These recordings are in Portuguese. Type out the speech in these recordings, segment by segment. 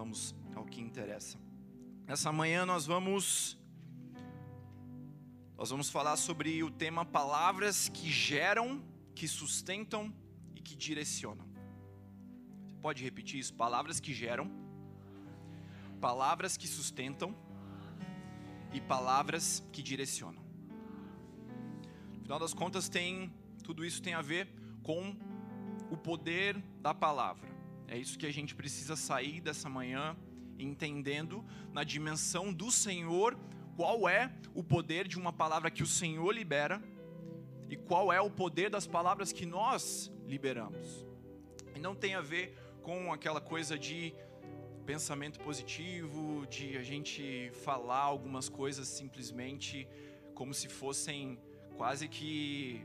vamos ao que interessa. Nessa manhã nós vamos falar sobre o tema palavras que geram, que sustentam e que direcionam. Você pode repetir isso? Palavras que geram, palavras que sustentam e palavras que direcionam. No final das contas, tudo isso tem a ver com o poder da palavra. É isso que a gente precisa sair dessa manhã entendendo na dimensão do Senhor, qual é o poder de uma palavra que o Senhor libera e qual é o poder das palavras que nós liberamos. E não tem a ver com aquela coisa de pensamento positivo, de a gente falar algumas coisas simplesmente como se fossem quase que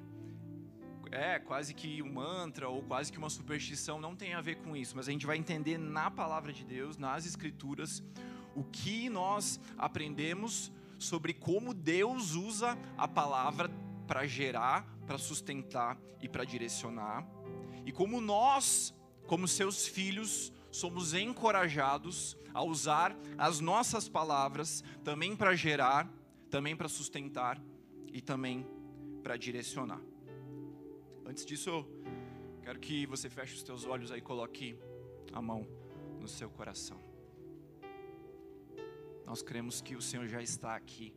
um mantra ou quase que uma superstição. Não tem a ver com isso, mas a gente vai entender na palavra de Deus, nas escrituras, o que nós aprendemos sobre como Deus usa a palavra para gerar, para sustentar e para direcionar, e como nós, como seus filhos, somos encorajados a usar as nossas palavras também para gerar, também para sustentar e também para direcionar. Antes disso, eu quero que você feche os teus olhos aí e coloque a mão no seu coração. Nós cremos que o Senhor já está aqui.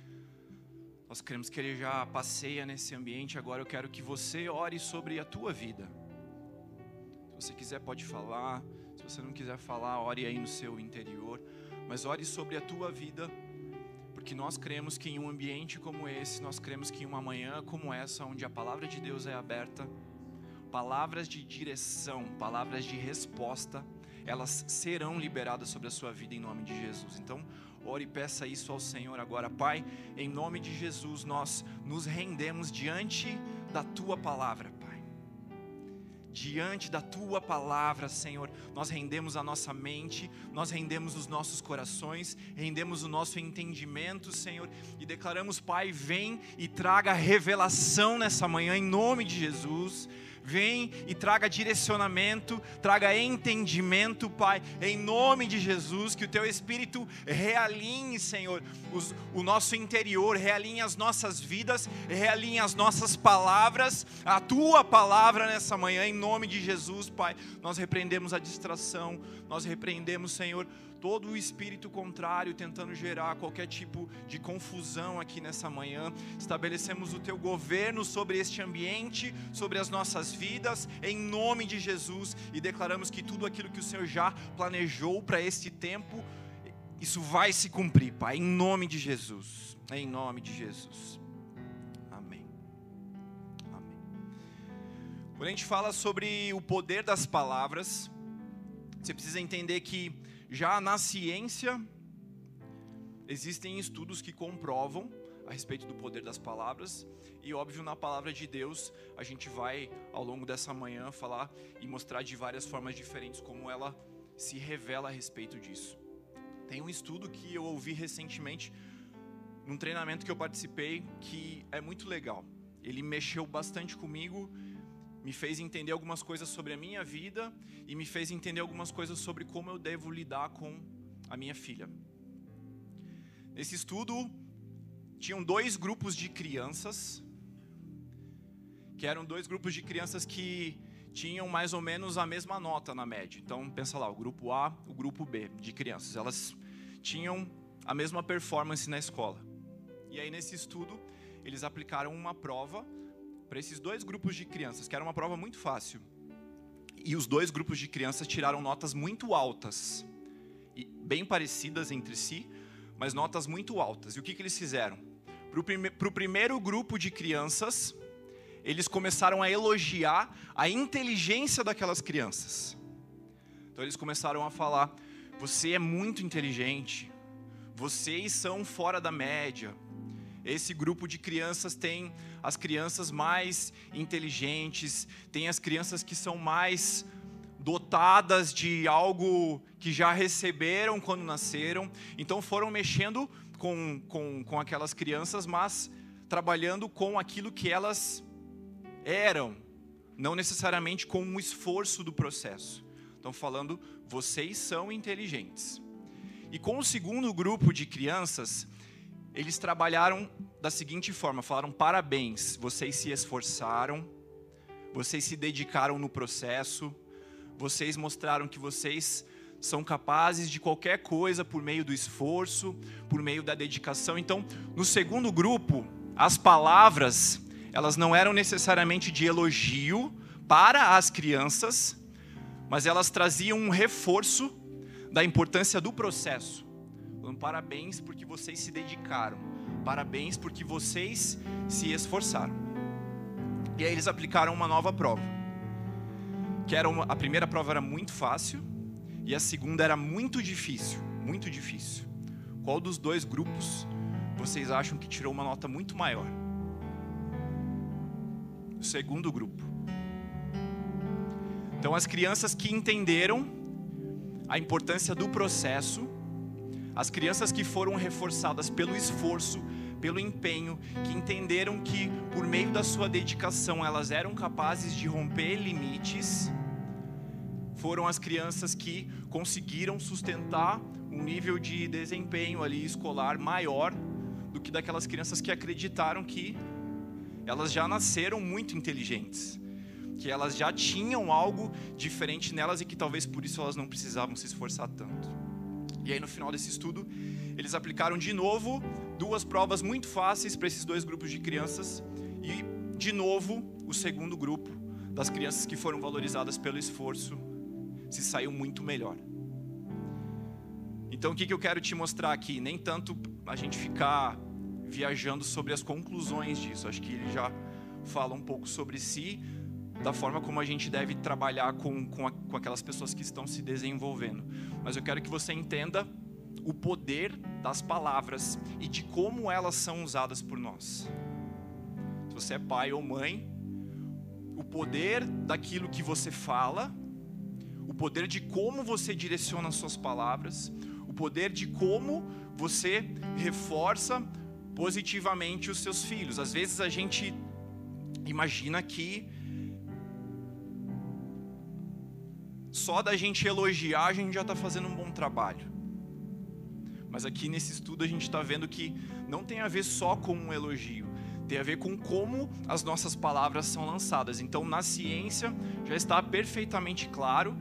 Nós cremos que Ele já passeia nesse ambiente. Agora eu quero que você ore sobre a tua vida. Se você quiser, pode falar. Se você não quiser falar, ore aí no seu interior. Mas ore sobre a tua vida. Porque nós cremos que em um ambiente como esse, nós cremos que em uma manhã como essa, onde a palavra de Deus é aberta, palavras de direção, palavras de resposta, elas serão liberadas sobre a sua vida em nome de Jesus. Então, ore e peça isso ao Senhor agora. Pai, em nome de Jesus, nós nos rendemos diante da Tua palavra, Pai. Diante da Tua palavra, Senhor, nós rendemos a nossa mente, nós rendemos os nossos corações, rendemos o nosso entendimento, Senhor, e declaramos, Pai, vem e traga revelação nessa manhã, em nome de Jesus. Vem e traga direcionamento, traga entendimento, Pai, em nome de Jesus, que o Teu Espírito realinhe, Senhor, o nosso interior, realinhe as nossas vidas, realinhe as nossas palavras, a Tua palavra nessa manhã, em nome de Jesus, Pai. Nós repreendemos a distração, nós repreendemos, Senhor, todo o espírito contrário tentando gerar qualquer tipo de confusão aqui nessa manhã. Estabelecemos o Teu governo sobre este ambiente, sobre as nossas vidas, em nome de Jesus, e declaramos que tudo aquilo que o Senhor já planejou para este tempo, isso vai se cumprir, Pai, em nome de Jesus, em nome de Jesus. Amém. Amém. Quando a gente fala sobre o poder das palavras, você precisa entender que já na ciência, existem estudos que comprovam a respeito do poder das palavras. E óbvio, na palavra de Deus, a gente vai, ao longo dessa manhã, falar e mostrar de várias formas diferentes como ela se revela a respeito disso. Tem um estudo que eu ouvi recentemente, num treinamento que eu participei, que é muito legal. Ele mexeu bastante comigo, me fez entender algumas coisas sobre a minha vida e me fez entender algumas coisas sobre como eu devo lidar com a minha filha. Nesse estudo, tinham 2 grupos de crianças, que eram 2 grupos de crianças que tinham mais ou menos a mesma nota na média. Então, pensa lá, o grupo A, o grupo B de crianças, elas tinham a mesma performance na escola. E aí, nesse estudo, eles aplicaram uma prova para esses 2 grupos de crianças, que era uma prova muito fácil. E os 2 grupos de crianças tiraram notas muito altas, e bem parecidas entre si, mas notas muito altas. E o que eles fizeram? Para o primeiro grupo de crianças, eles começaram a elogiar a inteligência daquelas crianças. Então eles começaram a falar: você é muito inteligente, vocês são fora da média. Esse grupo de crianças tem as crianças mais inteligentes, tem as crianças que são mais dotadas de algo que já receberam quando nasceram. Então foram mexendo com aquelas crianças, mas trabalhando com aquilo que elas eram, não necessariamente com o esforço do processo. Estão falando vocês são inteligentes. E com o segundo grupo de crianças, eles trabalharam da seguinte forma, falaram: parabéns, vocês se esforçaram, vocês se dedicaram no processo, vocês mostraram que vocês são capazes de qualquer coisa por meio do esforço, por meio da dedicação. Então, no segundo grupo, as palavras, elas não eram necessariamente de elogio para as crianças, mas elas traziam um reforço da importância do processo. Falando: parabéns porque vocês se dedicaram, parabéns porque vocês se esforçaram. E aí eles aplicaram uma nova prova, que era a primeira prova era muito fácil e a segunda era muito difícil, muito difícil. Qual dos dois grupos vocês acham que tirou uma nota muito maior? O segundo grupo. Então, as crianças que entenderam a importância do processo, as crianças que foram reforçadas pelo esforço, pelo empenho, que entenderam que por meio da sua dedicação elas eram capazes de romper limites, foram as crianças que conseguiram sustentar um nível de desempenho ali escolar maior do que daquelas crianças que acreditaram que elas já nasceram muito inteligentes, que elas já tinham algo diferente nelas e que talvez por isso elas não precisavam se esforçar tanto. E aí no final desse estudo, eles aplicaram de novo 2 provas muito fáceis para esses 2 grupos de crianças e de novo o segundo grupo das crianças que foram valorizadas pelo esforço se saiu muito melhor. Então o que eu quero te mostrar aqui? Nem tanto a gente ficar viajando sobre as conclusões disso, acho que ele já fala um pouco sobre si, da forma como a gente deve trabalhar com aquelas pessoas que estão se desenvolvendo. Mas eu quero que você entenda o poder das palavras e de como elas são usadas por nós. Se você é pai ou mãe, o poder daquilo que você fala, o poder de como você direciona as suas palavras, o poder de como você reforça positivamente os seus filhos. Às vezes a gente imagina que só da gente elogiar a gente já está fazendo um bom trabalho. Mas aqui nesse estudo a gente está vendo que não tem a ver só com um elogio, tem a ver com como as nossas palavras são lançadas. Então na ciência já está perfeitamente claro,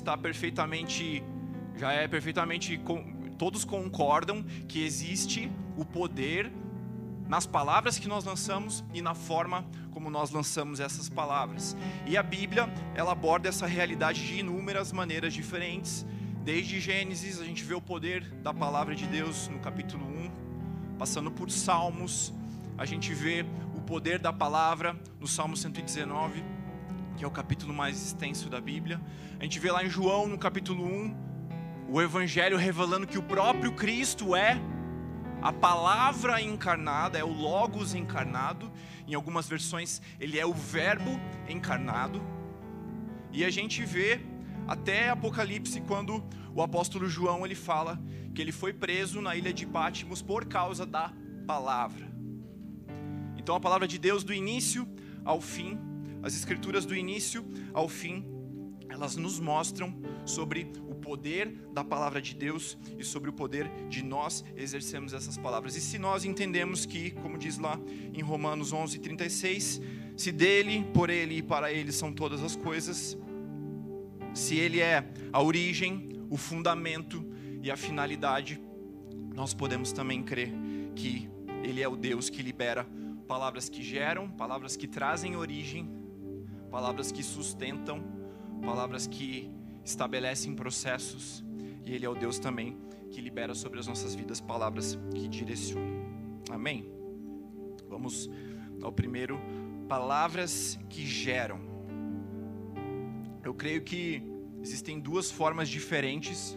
todos concordam que existe o poder nas palavras que nós lançamos e na forma como nós lançamos essas palavras. E a Bíblia, ela aborda essa realidade de inúmeras maneiras diferentes. Desde Gênesis, a gente vê o poder da palavra de Deus no capítulo 1, passando por Salmos, a gente vê o poder da palavra no Salmo 119, que é o capítulo mais extenso da Bíblia. A gente vê lá em João, no capítulo 1, o Evangelho revelando que o próprio Cristo é a palavra encarnada, é o Logos encarnado. Em algumas versões, ele é o Verbo encarnado. E a gente vê até Apocalipse, quando o apóstolo João ele fala que ele foi preso na ilha de Pátimos por causa da palavra. Então a palavra de Deus do início ao fim, as escrituras do início ao fim, elas nos mostram sobre o poder da palavra de Deus e sobre o poder de nós exercermos essas palavras. E se nós entendemos que, como diz lá em Romanos 11:36, se dele, por ele e para ele são todas as coisas, se ele é a origem, o fundamento e a finalidade, nós podemos também crer que ele é o Deus que libera palavras que geram, palavras que trazem origem, palavras que sustentam, palavras que estabelecem processos, e ele é o Deus também que libera sobre as nossas vidas palavras que direcionam. Amém? Vamos ao primeiro, palavras que geram. Eu creio que existem 2 formas diferentes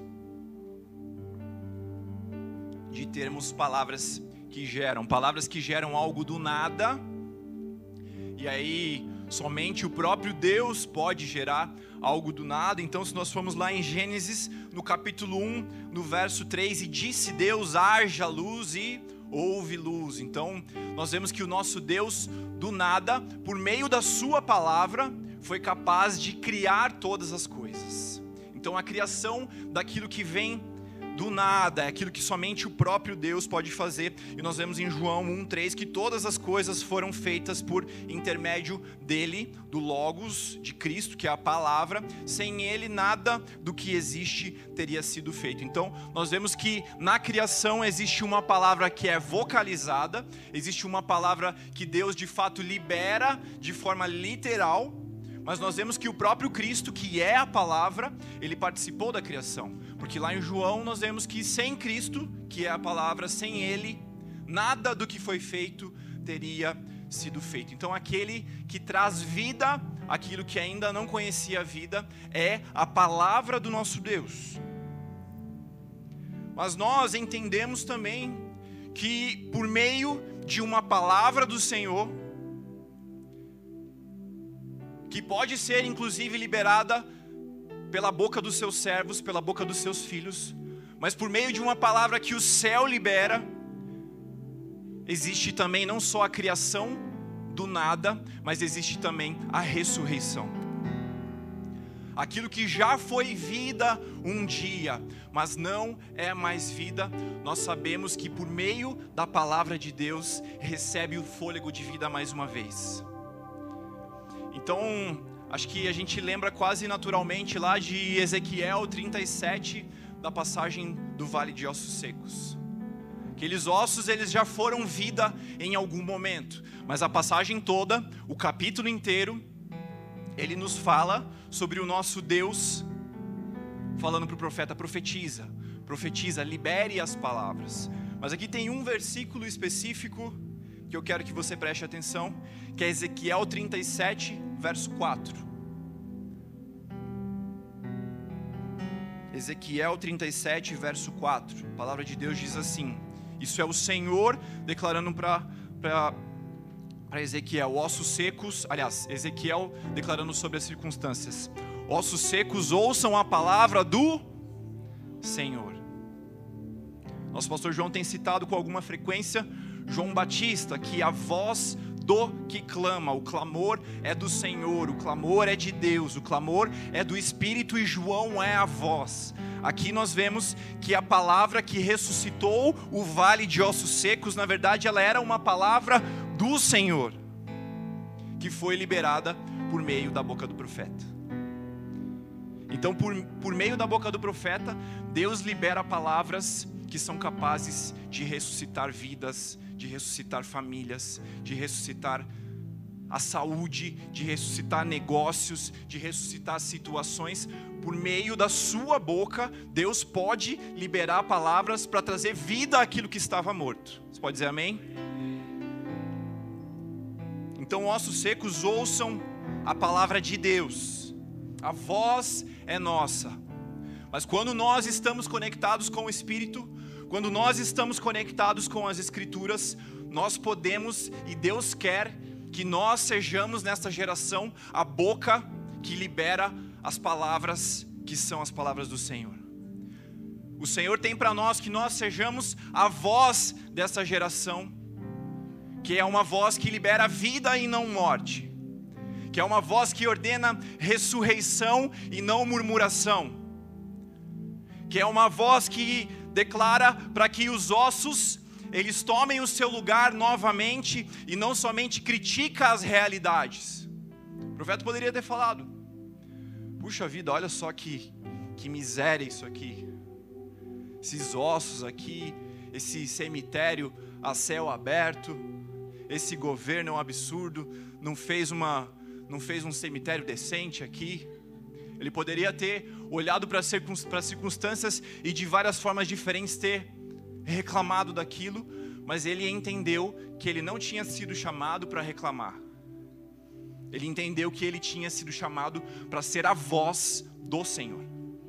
de termos palavras que geram algo do nada, e aí somente o próprio Deus pode gerar algo do nada. Então se nós formos lá em Gênesis, no capítulo 1, no verso 3, e disse Deus, haja luz, e houve luz. Então nós vemos que o nosso Deus do nada, por meio da sua palavra, foi capaz de criar todas as coisas. Então a criação daquilo que vem do nada, é aquilo que somente o próprio Deus pode fazer. E nós vemos em João 1:3 que todas as coisas foram feitas por intermédio dele, do Logos, de Cristo, que é a palavra. Sem ele, nada do que existe teria sido feito. Então nós vemos que na criação existe uma palavra que é vocalizada, existe uma palavra que Deus de fato libera de forma literal. Mas nós vemos que o próprio Cristo, que é a palavra, ele participou da criação. Porque lá em João nós vemos que sem Cristo, que é a palavra, sem ele, nada do que foi feito teria sido feito. Então aquele que traz vida àquilo que ainda não conhecia a vida é a palavra do nosso Deus. Mas nós entendemos também que por meio de uma palavra do Senhor, que pode ser inclusive liberada pela boca dos seus servos, pela boca dos seus filhos, mas por meio de uma palavra que o céu libera, existe também não só a criação do nada, mas existe também a ressurreição. Aquilo que já foi vida um dia, mas não é mais vida, nós sabemos que por meio da palavra de Deus recebe o fôlego de vida mais uma vez. Então, acho que a gente lembra quase naturalmente lá de Ezequiel 37, da passagem do Vale de Ossos Secos. Aqueles ossos, eles já foram vida em algum momento, mas a passagem toda, o capítulo inteiro, ele nos fala sobre o nosso Deus, falando para o profeta: profetiza, profetiza, libere as palavras. Mas aqui tem um versículo específico que eu quero que você preste atenção, que é Ezequiel 37, verso 4. Ezequiel 37, verso 4. A palavra de Deus diz assim: isso é o Senhor declarando para Ezequiel: ossos secos, aliás, Ezequiel declarando sobre as circunstâncias: ossos secos, ouçam a palavra do Senhor. Nosso pastor João tem citado com alguma frequência João Batista, que a voz do que clama, o clamor é do Senhor, o clamor é de Deus, o clamor é do Espírito, e João é a voz. Aqui nós vemos que a palavra que ressuscitou o vale de ossos secos, na verdade ela era uma palavra do Senhor, que foi liberada por meio da boca do profeta. Então por meio da boca do profeta, Deus libera palavras que são capazes de ressuscitar vidas, de ressuscitar famílias, de ressuscitar a saúde, de ressuscitar negócios, de ressuscitar situações. Por meio da sua boca, Deus pode liberar palavras para trazer vida àquilo que estava morto. Você pode dizer amém? Então, ossos secos, ouçam a palavra de Deus. A voz é nossa. Mas quando nós estamos conectados com o Espírito, quando nós estamos conectados com as Escrituras, nós podemos, e Deus quer que nós sejamos nesta geração a boca que libera as palavras que são as palavras do Senhor. O Senhor tem para nós que nós sejamos a voz dessa geração, que é uma voz que libera vida e não morte, que é uma voz que ordena ressurreição e não murmuração, que é uma voz que declara para que os ossos, eles tomem o seu lugar novamente e não somente critica as realidades. O profeta poderia ter falado: puxa vida, olha só que miséria isso aqui. Esses ossos aqui, esse cemitério a céu aberto, esse governo é um absurdo, não fez um cemitério decente aqui. Ele poderia ter olhado para as circunstâncias e de várias formas diferentes ter reclamado daquilo, mas ele entendeu que ele não tinha sido chamado para reclamar. Ele entendeu que ele tinha sido chamado para ser a voz do Senhor.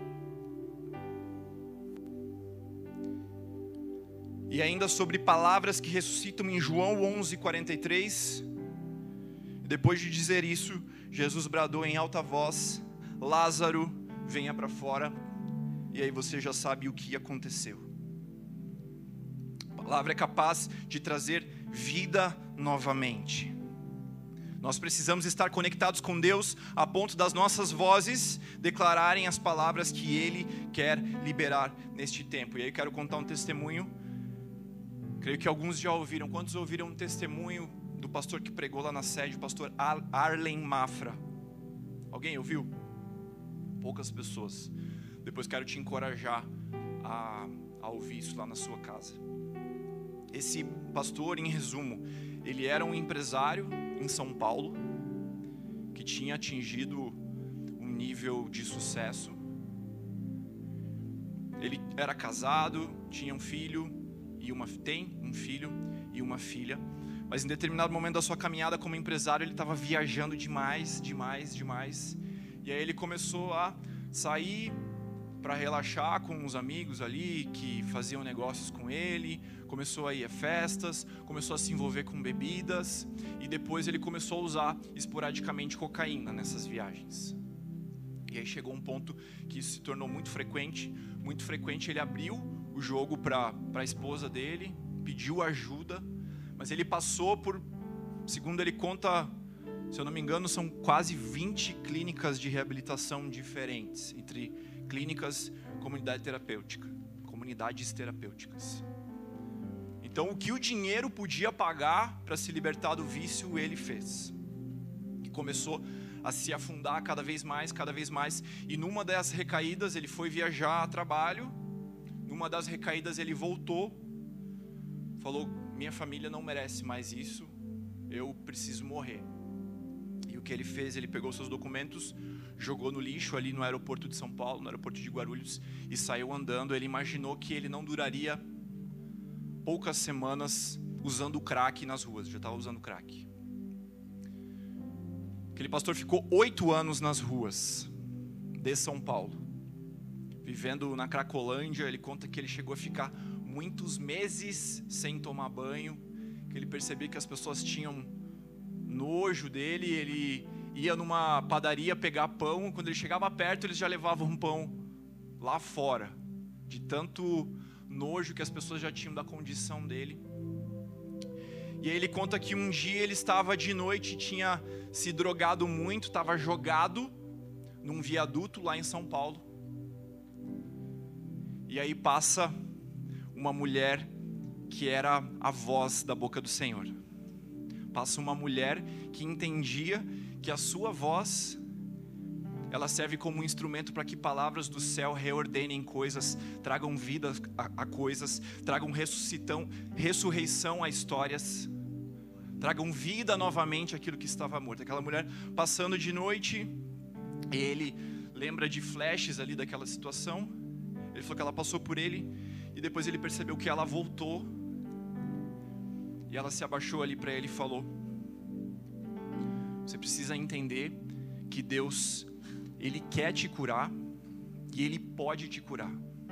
E ainda sobre palavras que ressuscitam em João 11:43, depois de dizer isso, Jesus bradou em alta voz: Lázaro, venha para fora. E aí você já sabe o que aconteceu. A palavra é capaz de trazer vida novamente. Nós precisamos estar conectados com Deus a ponto das nossas vozes declararem as palavras que Ele quer liberar neste tempo. E aí eu quero contar um testemunho. Creio que alguns já ouviram. Quantos ouviram um testemunho do pastor que pregou lá na sede, o pastor Arlen Mafra? Alguém ouviu? Poucas pessoas. Depois quero te encorajar a ouvir isso lá na sua casa. Esse pastor, em resumo, ele era um empresário em São Paulo, que tinha atingido um nível de sucesso. Ele era casado, tinha um filho tem um filho e uma filha, mas em determinado momento da sua caminhada como empresário, ele estava viajando demais. E aí ele começou a sair para relaxar com os amigos ali que faziam negócios com ele, começou a ir a festas, começou a se envolver com bebidas, e depois ele começou a usar esporadicamente cocaína nessas viagens. E aí chegou um ponto que isso se tornou muito frequente. Ele abriu o jogo para a esposa dele, pediu ajuda, mas ele passou por, segundo ele conta, se eu não me engano, são quase 20 clínicas de reabilitação diferentes, entre clínicas, comunidades terapêuticas. Então, o que o dinheiro podia pagar para se libertar do vício, ele fez. E começou a se afundar cada vez mais. E numa das recaídas, ele foi viajar a trabalho. Numa das recaídas, ele voltou. Falou, minha família não merece mais isso. Eu preciso morrer. E o que ele fez? Ele pegou seus documentos, jogou no lixo ali no aeroporto de São Paulo, no aeroporto de Guarulhos, e saiu andando. Ele imaginou que ele não duraria poucas semanas usando crack nas ruas. Já estava usando crack. Aquele pastor ficou 8 anos nas ruas de São Paulo, vivendo na Cracolândia. Ele conta que ele chegou a ficar muitos meses sem tomar banho, que ele percebia que as pessoas tinham nojo dele. Ele ia numa padaria pegar pão, quando ele chegava perto eles já levavam pão lá fora, de tanto nojo que as pessoas já tinham da condição dele. E aí ele conta que um dia ele estava de noite, tinha se drogado muito, estava jogado num viaduto lá em São Paulo. E aí passa uma mulher que era a voz da boca do Senhor. Passa uma mulher que entendia que a sua voz, ela serve como um instrumento para que palavras do céu reordenem coisas, tragam vida a coisas, tragam ressurreição a histórias, tragam vida novamente àquilo que estava morto. Aquela mulher passando de noite, ele lembra de flashes ali daquela situação. Ele falou que ela passou por ele, e depois ele percebeu que ela voltou, e ela se abaixou ali para ele e falou: você precisa entender que Deus, Ele quer te curar e Ele pode te curar.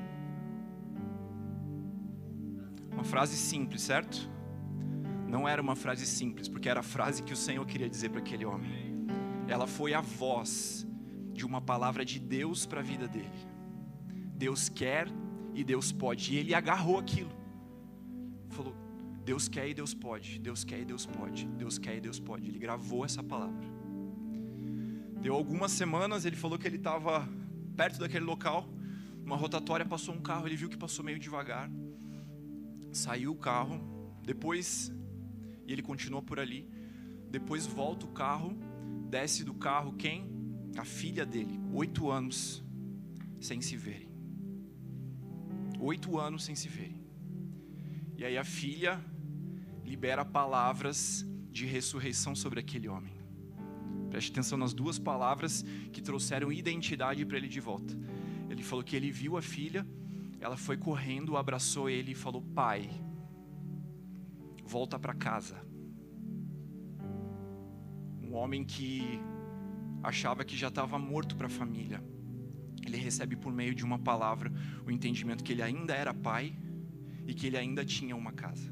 Uma frase simples, certo? Não era uma frase simples, porque era a frase que o Senhor queria dizer para aquele homem. Ela foi a voz de uma palavra de Deus para a vida dele. Deus quer e Deus pode. E ele agarrou aquilo. Falou, Deus quer e Deus pode. Deus quer e Deus pode. Deus quer e Deus pode. Ele gravou essa palavra. Deu algumas semanas, ele falou que ele estava perto daquele local. Uma rotatória, passou um carro, ele viu que passou meio devagar. Saiu o carro. Depois, e ele continuou por ali. Depois volta o carro. Desce do carro quem? A filha dele. 8 anos sem se verem. 8 anos sem se verem. E aí a filha libera palavras de ressurreição sobre aquele homem. Preste atenção nas duas palavras que trouxeram identidade para ele de volta. Ele falou que ele viu a filha, ela foi correndo, abraçou ele e falou: pai, volta para casa. Um homem que achava que já estava morto para a família, ele recebe por meio de uma palavra o entendimento que ele ainda era pai e que ele ainda tinha uma casa.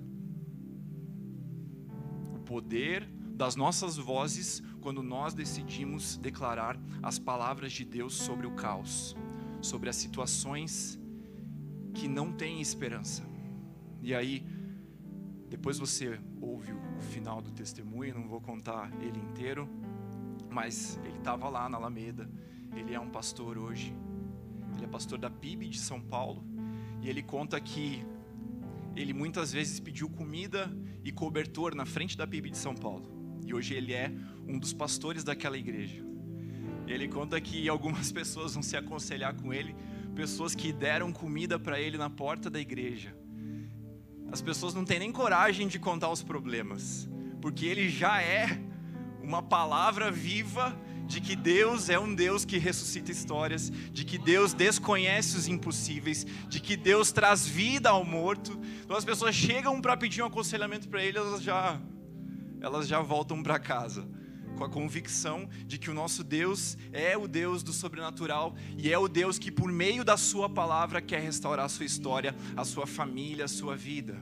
O poder das nossas vozes quando nós decidimos declarar as palavras de Deus sobre o caos, sobre as situações que não têm esperança. E aí, depois você ouve o final do testemunho, não vou contar ele inteiro, mas ele estava lá na Alameda, ele é um pastor hoje, ele é pastor da PIB de São Paulo, e ele conta que ele muitas vezes pediu comida e cobertor na frente da PIB de São Paulo, e hoje ele é um dos pastores daquela igreja. Ele conta que algumas pessoas vão se aconselhar com ele, pessoas que deram comida para ele na porta da igreja. As pessoas não têm nem coragem de contar os problemas, porque ele já é uma palavra viva de que Deus é um Deus que ressuscita histórias, de que Deus desconhece os impossíveis, de que Deus traz vida ao morto. Então as pessoas chegam para pedir um aconselhamento para ele, elas já voltam para casa, com a convicção de que o nosso Deus é o Deus do sobrenatural e é o Deus que por meio da sua palavra quer restaurar a sua história, a sua família, a sua vida.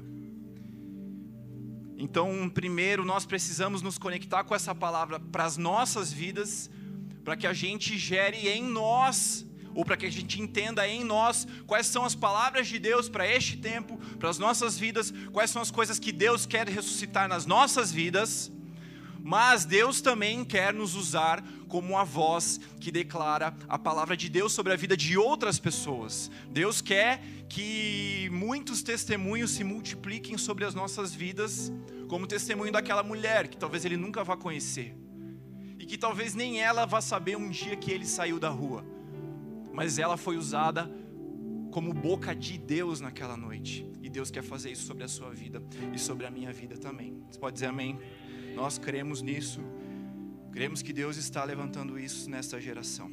Então, primeiro, nós precisamos nos conectar com essa palavra para as nossas vidas, para que a gente gere em nós, ou para que a gente entenda em nós quais são as palavras de Deus para este tempo, para as nossas vidas, quais são as coisas que Deus quer ressuscitar nas nossas vidas. Mas Deus também quer nos usar como a voz que declara a palavra de Deus sobre a vida de outras pessoas. Deus quer que muitos testemunhos se multipliquem sobre as nossas vidas, como o testemunho daquela mulher, que talvez ele nunca vá conhecer. E que talvez nem ela vá saber um dia que ele saiu da rua. Mas ela foi usada como boca de Deus naquela noite. E Deus quer fazer isso sobre a sua vida e sobre a minha vida também. Você pode dizer amém? Nós cremos nisso, cremos que Deus está levantando isso nesta geração.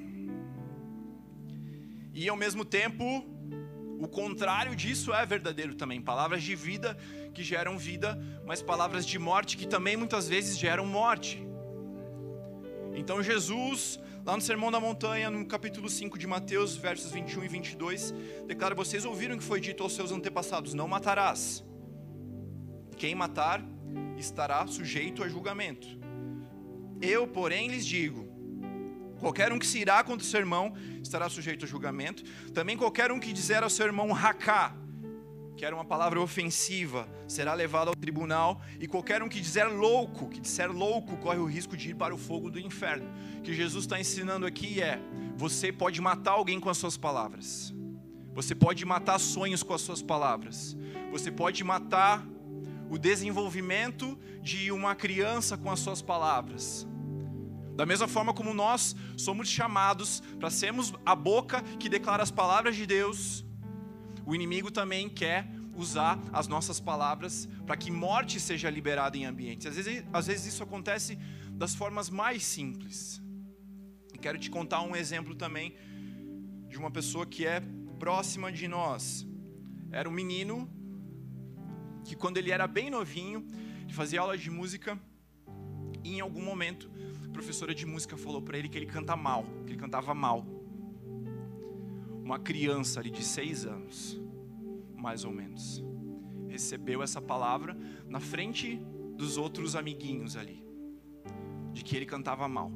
E ao mesmo tempo, o contrário disso é verdadeiro também. Palavras de vida que geram vida, mas palavras de morte que também muitas vezes geram morte. Então Jesus, lá no Sermão da Montanha, no capítulo 5 de Mateus, versos 21 e 22, declara: vocês ouviram que foi dito aos seus antepassados, não matarás. Quem matar estará sujeito a julgamento. Eu, porém, lhes digo: qualquer um que se irá contra o seu irmão estará sujeito a julgamento. Também qualquer um que dizer ao seu irmão racá, que era uma palavra ofensiva, será levado ao tribunal. E qualquer um que disser louco, corre o risco de ir para o fogo do inferno. O que Jesus está ensinando aqui é: você pode matar alguém com as suas palavras. Você pode matar sonhos com as suas palavras. Você pode matar o desenvolvimento de uma criança com as suas palavras. Da mesma forma como nós somos chamados para sermos a boca que declara as palavras de Deus, o inimigo também quer usar as nossas palavras para que morte seja liberada em ambientes. Às vezes isso acontece das formas mais simples. E quero te contar um exemplo também de uma pessoa que é próxima de nós. Era um menino que, quando ele era bem novinho, ele fazia aula de música, e em algum momento a professora de música falou para ele que ele cantava mal. Uma criança ali de 6 anos, mais ou menos, recebeu essa palavra na frente dos outros amiguinhos ali, de que ele cantava mal.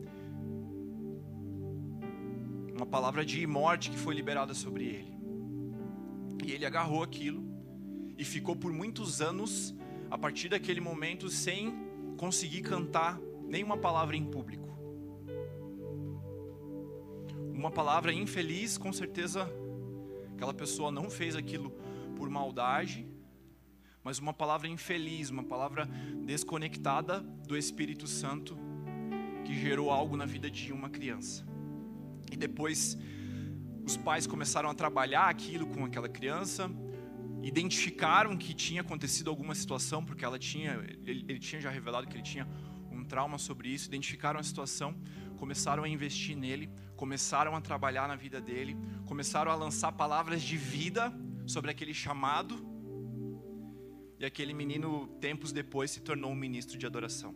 Uma palavra de morte que foi liberada sobre ele. E ele agarrou aquilo e ficou por muitos anos, a partir daquele momento, sem conseguir cantar nenhuma palavra em público. Uma palavra infeliz, com certeza aquela pessoa não fez aquilo por maldade, mas uma palavra infeliz, uma palavra desconectada do Espírito Santo, que gerou algo na vida de uma criança. E depois os pais começaram a trabalhar aquilo com aquela criança, identificaram que tinha acontecido alguma situação, porque ele tinha já revelado que ele tinha um trauma sobre isso. Identificaram a situação, começaram a investir nele, começaram a trabalhar na vida dele, começaram a lançar palavras de vida sobre aquele chamado, e aquele menino, tempos depois, se tornou um ministro de adoração.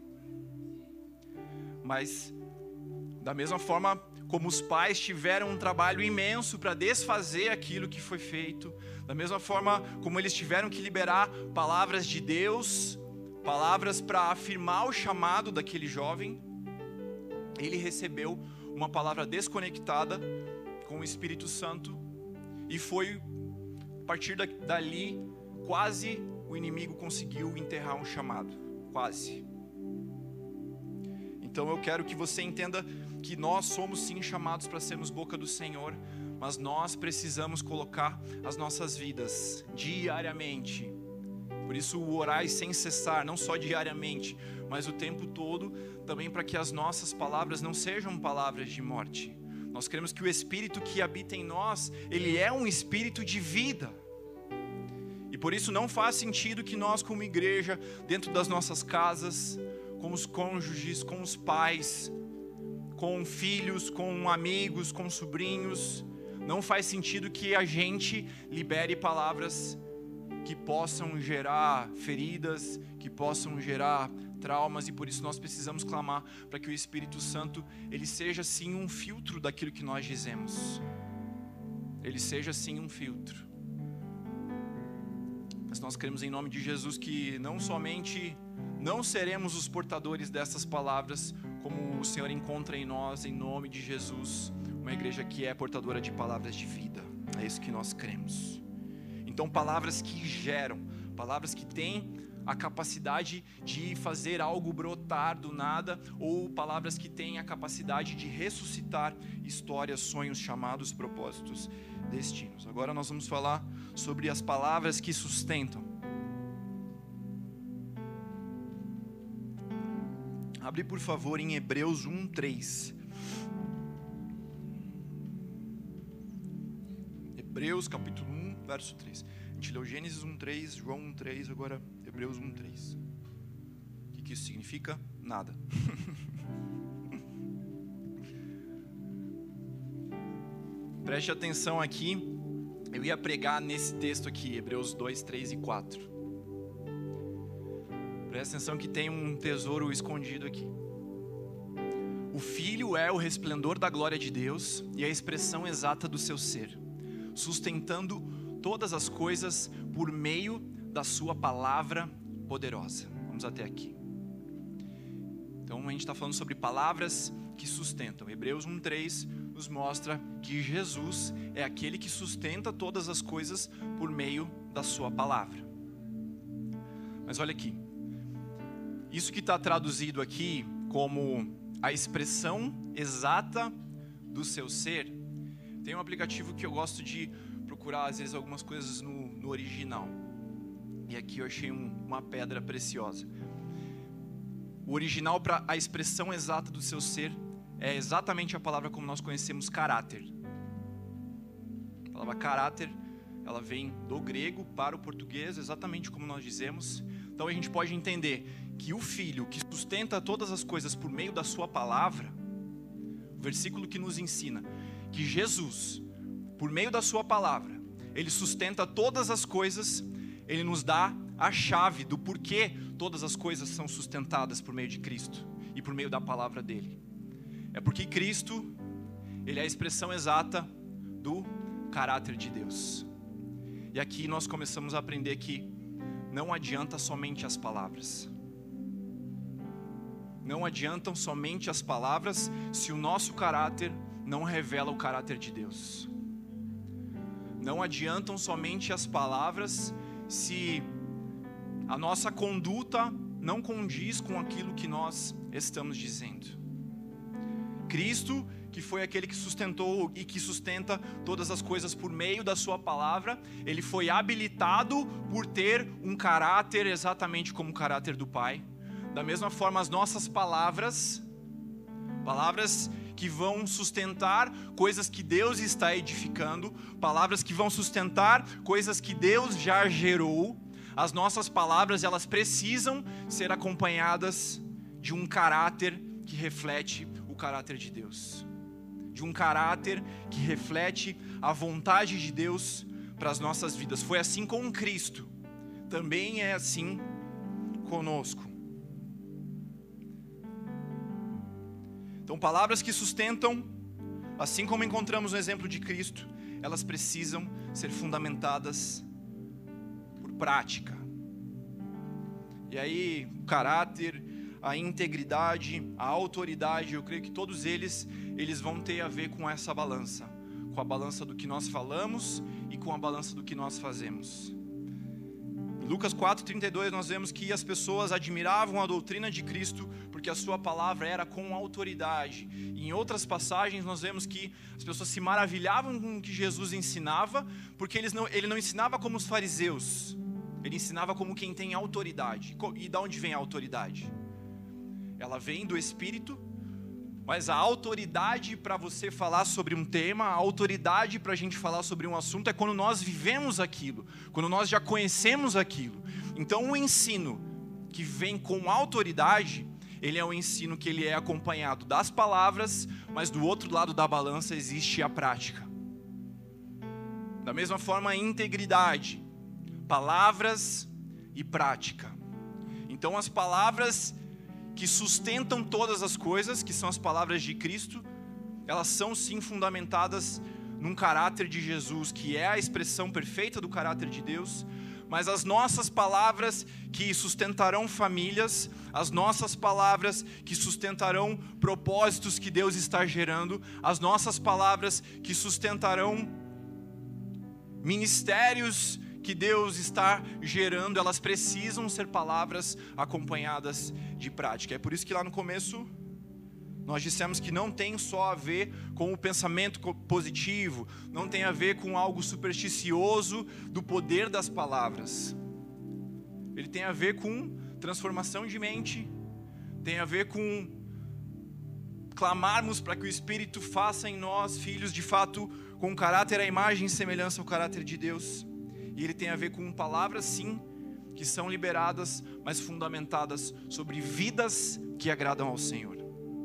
Mas, da mesma forma como os pais tiveram um trabalho imenso para desfazer aquilo que foi feito, da mesma forma como eles tiveram que liberar palavras de Deus, palavras para afirmar o chamado daquele jovem, ele recebeu uma palavra desconectada com o Espírito Santo, e foi, a partir dali, quase o inimigo conseguiu enterrar um chamado, quase. Então eu quero que você entenda que nós somos sim chamados para sermos boca do Senhor, mas nós precisamos colocar as nossas vidas diariamente. Por isso o orar sem cessar, não só diariamente, mas o tempo todo, também para que as nossas palavras não sejam palavras de morte. Nós queremos que o Espírito que habita em nós, ele é um Espírito de vida. E por isso não faz sentido que nós como igreja, dentro das nossas casas, com os cônjuges, com os pais, com filhos, com amigos, com sobrinhos, não faz sentido que a gente libere palavras que possam gerar feridas, que possam gerar traumas, e por isso nós precisamos clamar para que o Espírito Santo, ele seja sim um filtro daquilo que nós dizemos. Ele seja sim um filtro. Mas nós queremos em nome de Jesus que não somente não seremos os portadores dessas palavras, como o Senhor encontra em nós, em nome de Jesus, uma igreja que é portadora de palavras de vida. É isso que nós cremos. Então palavras que geram, palavras que têm a capacidade de fazer algo brotar do nada, ou palavras que têm a capacidade de ressuscitar histórias, sonhos, chamados, propósitos, destinos. Agora nós vamos falar sobre as palavras que sustentam. Abre por favor em Hebreus 1:3. Hebreus capítulo 1, verso 3. A gente leu Gênesis 1:3, João 1:3, agora Hebreus 1:3. O que isso significa? Nada. Preste atenção aqui. Eu ia pregar nesse texto aqui, Hebreus 2, 3 e 4. Preste atenção que tem um tesouro escondido aqui. O Filho é o resplendor da glória de Deus e a expressão exata do seu ser, sustentando todas as coisas por meio da sua palavra poderosa. Vamos até aqui. Então a gente está falando sobre palavras que sustentam. Hebreus 1:3 nos mostra que Jesus é aquele que sustenta todas as coisas por meio da sua palavra. Mas olha aqui, isso que está traduzido aqui como a expressão exata do seu ser, tem um aplicativo que eu gosto de procurar às vezes algumas coisas no original. E aqui eu achei uma pedra preciosa. O original para a expressão exata do seu ser é exatamente a palavra como nós conhecemos, caráter. A palavra caráter, ela vem do grego para o português, exatamente como nós dizemos. Então a gente pode entender que o Filho que sustenta todas as coisas por meio da sua palavra, o versículo que nos ensina que Jesus, por meio da sua palavra, ele sustenta todas as coisas, ele nos dá a chave do porquê todas as coisas são sustentadas por meio de Cristo e por meio da palavra dele. É porque Cristo, ele é a expressão exata do caráter de Deus. E aqui nós começamos a aprender que não adianta somente as palavras. Não adiantam somente as palavras se o nosso caráter não revela o caráter de Deus. Não adiantam somente as palavras se a nossa conduta não condiz com aquilo que nós estamos dizendo. Cristo, que foi aquele que sustentou e que sustenta todas as coisas por meio da sua palavra, ele foi habilitado por ter um caráter exatamente como o caráter do Pai. Da mesma forma, as nossas palavras que vão sustentar coisas que Deus está edificando, palavras que vão sustentar coisas que Deus já gerou, as nossas palavras, elas precisam ser acompanhadas de um caráter que reflete o caráter de Deus, de um caráter que reflete a vontade de Deus para as nossas vidas. Foi assim com Cristo, também é assim conosco. Então, palavras que sustentam, assim como encontramos no exemplo de Cristo, elas precisam ser fundamentadas por prática. E aí, o caráter, a integridade, a autoridade, eu creio que todos eles vão ter a ver com essa balança, com a balança do que nós falamos e com a balança do que nós fazemos. Lucas 4:32 nós vemos que as pessoas admiravam a doutrina de Cristo porque a sua palavra era com autoridade. E em outras passagens nós vemos que as pessoas se maravilhavam com o que Jesus ensinava, porque ele não ensinava como os fariseus, ele ensinava como quem tem autoridade. E de onde vem a autoridade? Ela vem do Espírito, mas a autoridade para você falar sobre um tema, a autoridade para a gente falar sobre um assunto é quando nós vivemos aquilo, quando nós já conhecemos aquilo. Então o ensino que vem com autoridade, ele é um ensino que ele é acompanhado das palavras, mas do outro lado da balança existe a prática. Da mesma forma, a integridade, palavras e prática. Então as palavras que sustentam todas as coisas, que são as palavras de Cristo, elas são sim fundamentadas num caráter de Jesus, que é a expressão perfeita do caráter de Deus, mas as nossas palavras que sustentarão famílias, as nossas palavras que sustentarão propósitos que Deus está gerando, as nossas palavras que sustentarão ministérios que Deus está gerando, elas precisam ser palavras acompanhadas de prática. É por isso que lá no começo nós dissemos que não tem só a ver com o pensamento positivo, não tem a ver com algo supersticioso do poder das palavras. Ele tem a ver com transformação de mente, tem a ver com clamarmos para que o Espírito faça em nós filhos de fato com caráter à imagem e semelhança ao caráter de Deus. E ele tem a ver com palavras, sim, que são liberadas, mas fundamentadas sobre vidas que agradam ao Senhor.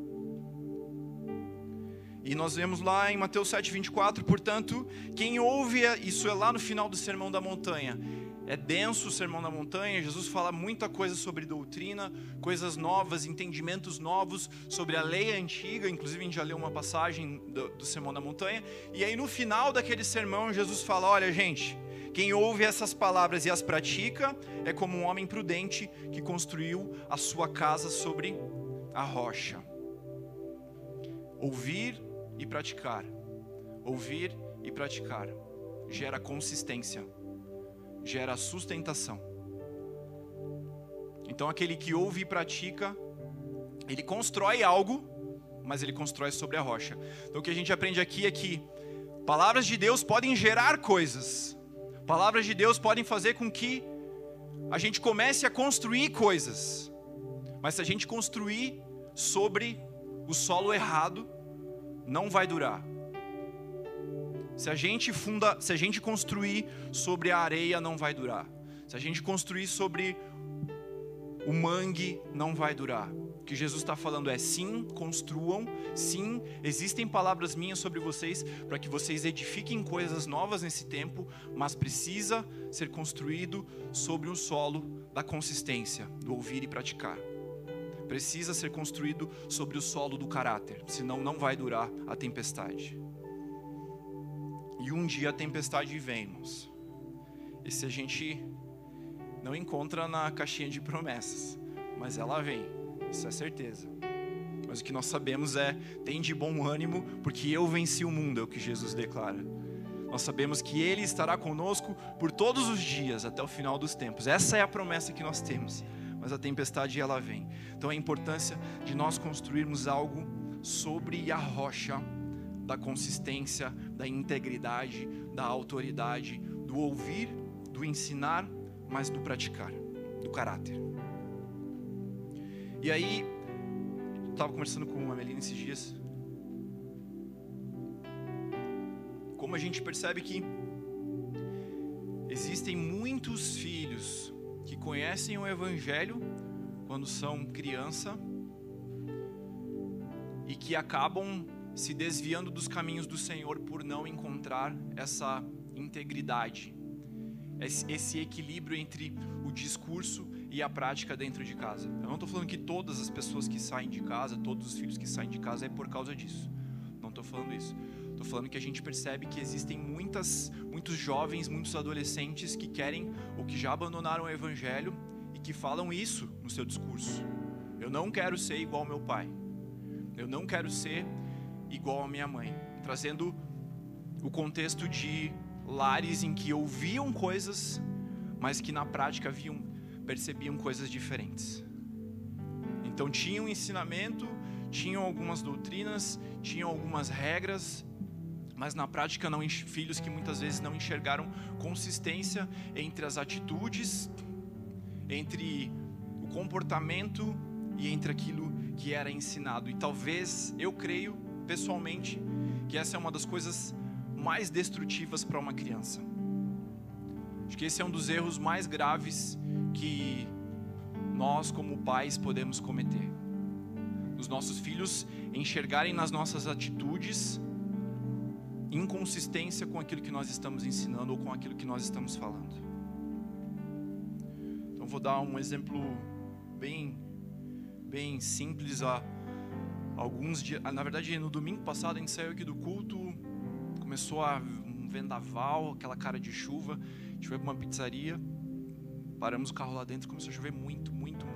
E nós vemos lá em Mateus 7:24, portanto, quem ouve, isso é lá no final do Sermão da Montanha. É denso o Sermão da Montanha, Jesus fala muita coisa sobre doutrina, coisas novas, entendimentos novos sobre a lei antiga, inclusive a gente já leu uma passagem do Sermão da Montanha. E aí no final daquele sermão, Jesus fala, olha gente, quem ouve essas palavras e as pratica é como um homem prudente que construiu a sua casa sobre a rocha. Ouvir e praticar. Ouvir e praticar. Gera consistência. Gera sustentação. Então aquele que ouve e pratica, ele constrói algo, mas ele constrói sobre a rocha. Então o que a gente aprende aqui é que palavras de Deus podem gerar coisas. Palavras de Deus podem fazer com que a gente comece a construir coisas. Mas se a gente construir sobre o solo errado, não vai durar. Se a gente construir sobre a areia, não vai durar. Se a gente construir sobre o mangue, não vai durar. O que Jesus está falando é, sim, construam, sim, existem palavras minhas sobre vocês, para que vocês edifiquem coisas novas nesse tempo, mas precisa ser construído sobre um solo da consistência, do ouvir e praticar. Precisa ser construído sobre o solo do caráter, senão não vai durar a tempestade. E um dia a tempestade vem, irmãos. Esse a gente não encontra na caixinha de promessas, mas ela vem, isso é certeza. Mas o que nós sabemos é, tem de bom ânimo, porque eu venci o mundo, é o que Jesus declara. Nós sabemos que Ele estará conosco por todos os dias, até o final dos tempos. Essa é a promessa que nós temos, mas a tempestade ela vem. Então a importância de nós construirmos algo sobre a rocha da consistência, da integridade, da autoridade, do ouvir, do ensinar, mas do praticar, do caráter. E aí, eu estava conversando com a Melina esses dias, como a gente percebe que existem muitos filhos que conhecem o Evangelho quando são criança e que acabam se desviando dos caminhos do Senhor por não encontrar essa integridade, esse equilíbrio entre o discurso e a prática dentro de casa. Eu não estou falando que todas as pessoas que saem de casa, todos os filhos que saem de casa é por causa disso. Não estou falando isso. Estou falando que a gente percebe que existem muitos jovens, muitos adolescentes que querem ou que já abandonaram o Evangelho e que falam isso no seu discurso. Eu não quero ser igual ao meu pai. Eu não quero ser igual a minha mãe. Trazendo o contexto de lares em que ouviam coisas, mas que na prática percebiam coisas diferentes. Então tinham um ensinamento, tinham algumas doutrinas, tinham algumas regras, mas na prática filhos que muitas vezes não enxergaram consistência entre as atitudes, entre o comportamento e entre aquilo que era ensinado. E talvez, eu creio pessoalmente, que essa é uma das coisas mais destrutivas para uma criança. Acho que esse é um dos erros mais graves que nós como pais podemos cometer. Os nossos filhos enxergarem nas nossas atitudes inconsistência com aquilo que nós estamos ensinando ou com aquilo que nós estamos falando. Então vou dar um exemplo bem simples. Alguns dias, na verdade no domingo passado a gente saiu aqui do culto, começou um vendaval, aquela cara de chuva, a gente foi para uma pizzaria, paramos o carro lá dentro, começou a chover muito,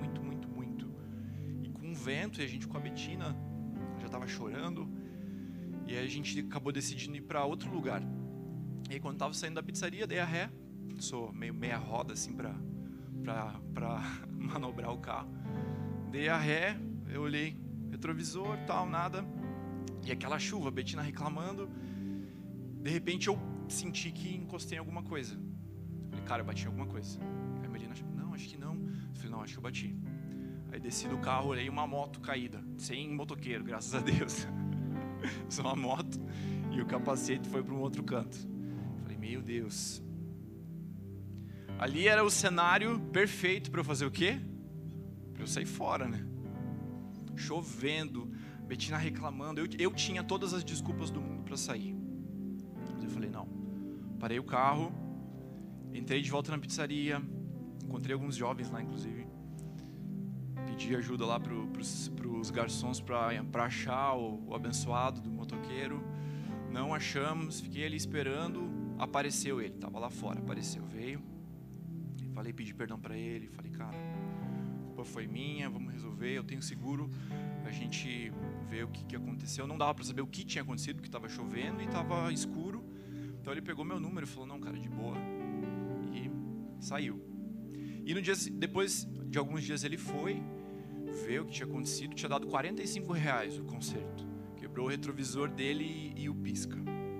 e com vento, e a gente com a Betina já estava chorando, e aí a gente acabou decidindo ir para outro lugar. E aí quando estava saindo da pizzaria, dei a ré, sou meio meia roda assim para manobrar o carro, dei a ré, eu olhei retrovisor, tal, nada, e aquela chuva, a Betina reclamando. De repente eu senti que encostei em alguma coisa. Falei, cara, eu bati em alguma coisa. Aí a Melina, não, acho que não. Eu falei, não, acho que eu bati. Aí desci do carro, olhei uma moto caída, sem motoqueiro, graças a Deus. Só uma moto, e o capacete foi para um outro canto. Falei, meu Deus. Ali era o cenário perfeito para eu fazer o quê? Para eu sair fora, né? Chovendo, Betina reclamando, eu tinha todas as desculpas do mundo para sair. Mas eu falei, não. Parei o carro, entrei de volta na pizzaria, encontrei alguns jovens lá, inclusive. Pedi ajuda lá pros garçons para achar o abençoado do motoqueiro. Não achamos, fiquei ali esperando. Apareceu ele, estava lá fora, apareceu, veio. Falei, pedi perdão para ele, falei, cara, a culpa foi minha, vamos resolver, eu tenho seguro. A gente vê o que aconteceu. Não dava para saber o que tinha acontecido, porque estava chovendo e estava escuro. Então ele pegou meu número e falou, não, cara, de boa. E saiu. E depois de alguns dias ele foi ver o que tinha acontecido. Tinha dado R$45 o conserto. Quebrou o retrovisor dele e o pisca.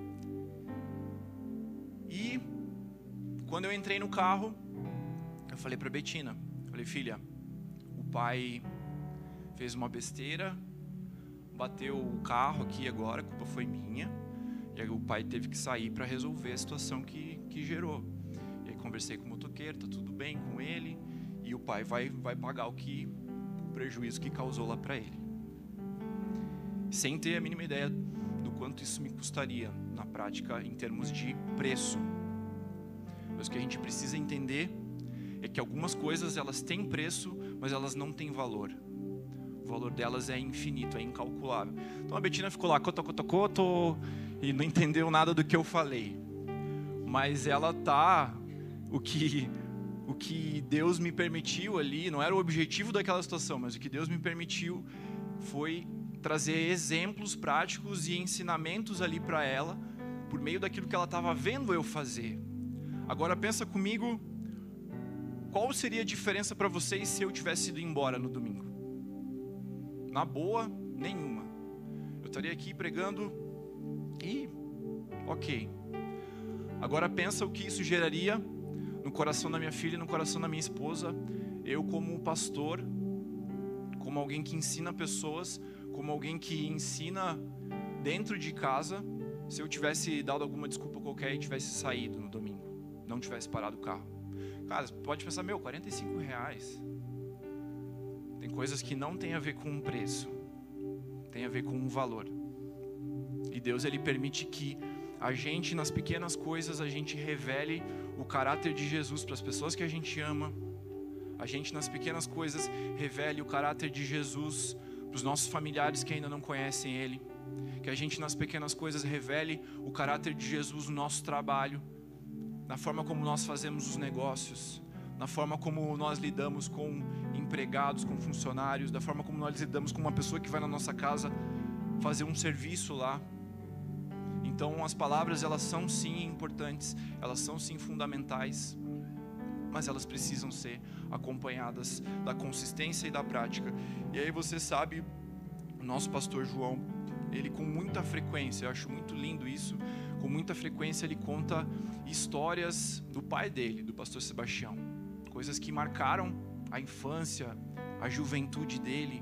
E quando eu entrei no carro, eu falei para Betina, falei, filha, o pai fez uma besteira, bateu o carro aqui agora, a culpa foi minha. E aí o pai teve que sair para resolver a situação que gerou. E aí conversei com o motoqueiro, tá tudo bem com ele, e o pai vai pagar o prejuízo que causou lá para ele. Sem ter a mínima ideia do quanto isso me custaria na prática em termos de preço. Mas o que a gente precisa entender é que algumas coisas elas têm preço, mas elas não têm valor. O valor delas é infinito, é incalculável. Então a Betina ficou lá, coto, e não entendeu nada do que eu falei. Mas ela o que Deus me permitiu ali, não era o objetivo daquela situação, mas o que Deus me permitiu foi trazer exemplos práticos e ensinamentos ali para ela, por meio daquilo que ela estava vendo eu fazer. Agora pensa comigo, qual seria a diferença para vocês se eu tivesse ido embora no domingo? Na boa, nenhuma. Eu estaria aqui pregando e ok. Agora pensa o que isso geraria no coração da minha filha e no coração da minha esposa. Eu como pastor, como alguém que ensina pessoas, como alguém que ensina dentro de casa, se eu tivesse dado alguma desculpa qualquer e tivesse saído no domingo, não tivesse parado o carro. Cara, pode pensar, R$45. Tem coisas que não tem a ver com um preço, tem a ver com um valor. E Deus, Ele permite que a gente, nas pequenas coisas, a gente revele o caráter de Jesus para as pessoas que a gente ama. A gente, nas pequenas coisas, revele o caráter de Jesus para os nossos familiares que ainda não conhecem Ele. Que a gente, nas pequenas coisas, revele o caráter de Jesus no nosso trabalho, na forma como nós fazemos os negócios, na forma como nós lidamos com empregados, com funcionários, da forma como nós lidamos com uma pessoa que vai na nossa casa fazer um serviço lá. Então as palavras, elas são sim importantes, elas são sim fundamentais, mas elas precisam ser acompanhadas da consistência e da prática. E aí você sabe, o nosso pastor João, ele com muita frequência, eu acho muito lindo isso, com muita frequência ele conta histórias do pai dele, do pastor Sebastião, coisas que marcaram a infância, a juventude dele.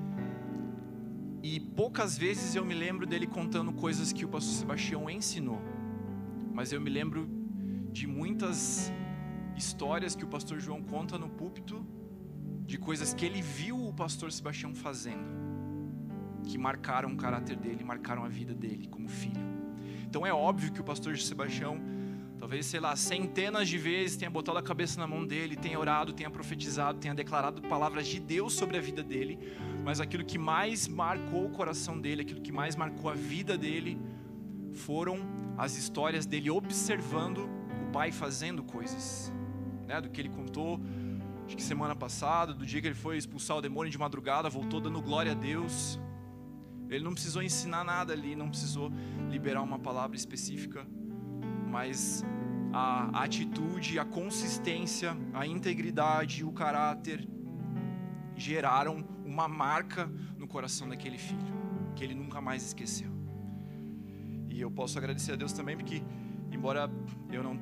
E poucas vezes eu me lembro dele contando coisas que o pastor Sebastião ensinou, mas eu me lembro de muitas histórias que o pastor João conta no púlpito, de coisas que ele viu o pastor Sebastião fazendo, que marcaram o caráter dele, marcaram a vida dele como filho. Então é óbvio que o pastor Sebastião, talvez, sei lá, centenas de vezes tenha botado a cabeça na mão dele, tenha orado, tenha profetizado, tenha declarado palavras de Deus sobre a vida dele, mas aquilo que mais marcou o coração dele, aquilo que mais marcou a vida dele, foram as histórias dele observando o pai fazendo coisas, né? Do que ele contou, acho que semana passada, do dia que ele foi expulsar o demônio de madrugada, voltou dando glória a Deus. Ele não precisou ensinar nada ali, não precisou liberar uma palavra específica, mas a atitude, a consistência, a integridade, o caráter geraram uma marca no coração daquele filho, que ele nunca mais esqueceu. E eu posso agradecer a Deus também, porque embora eu não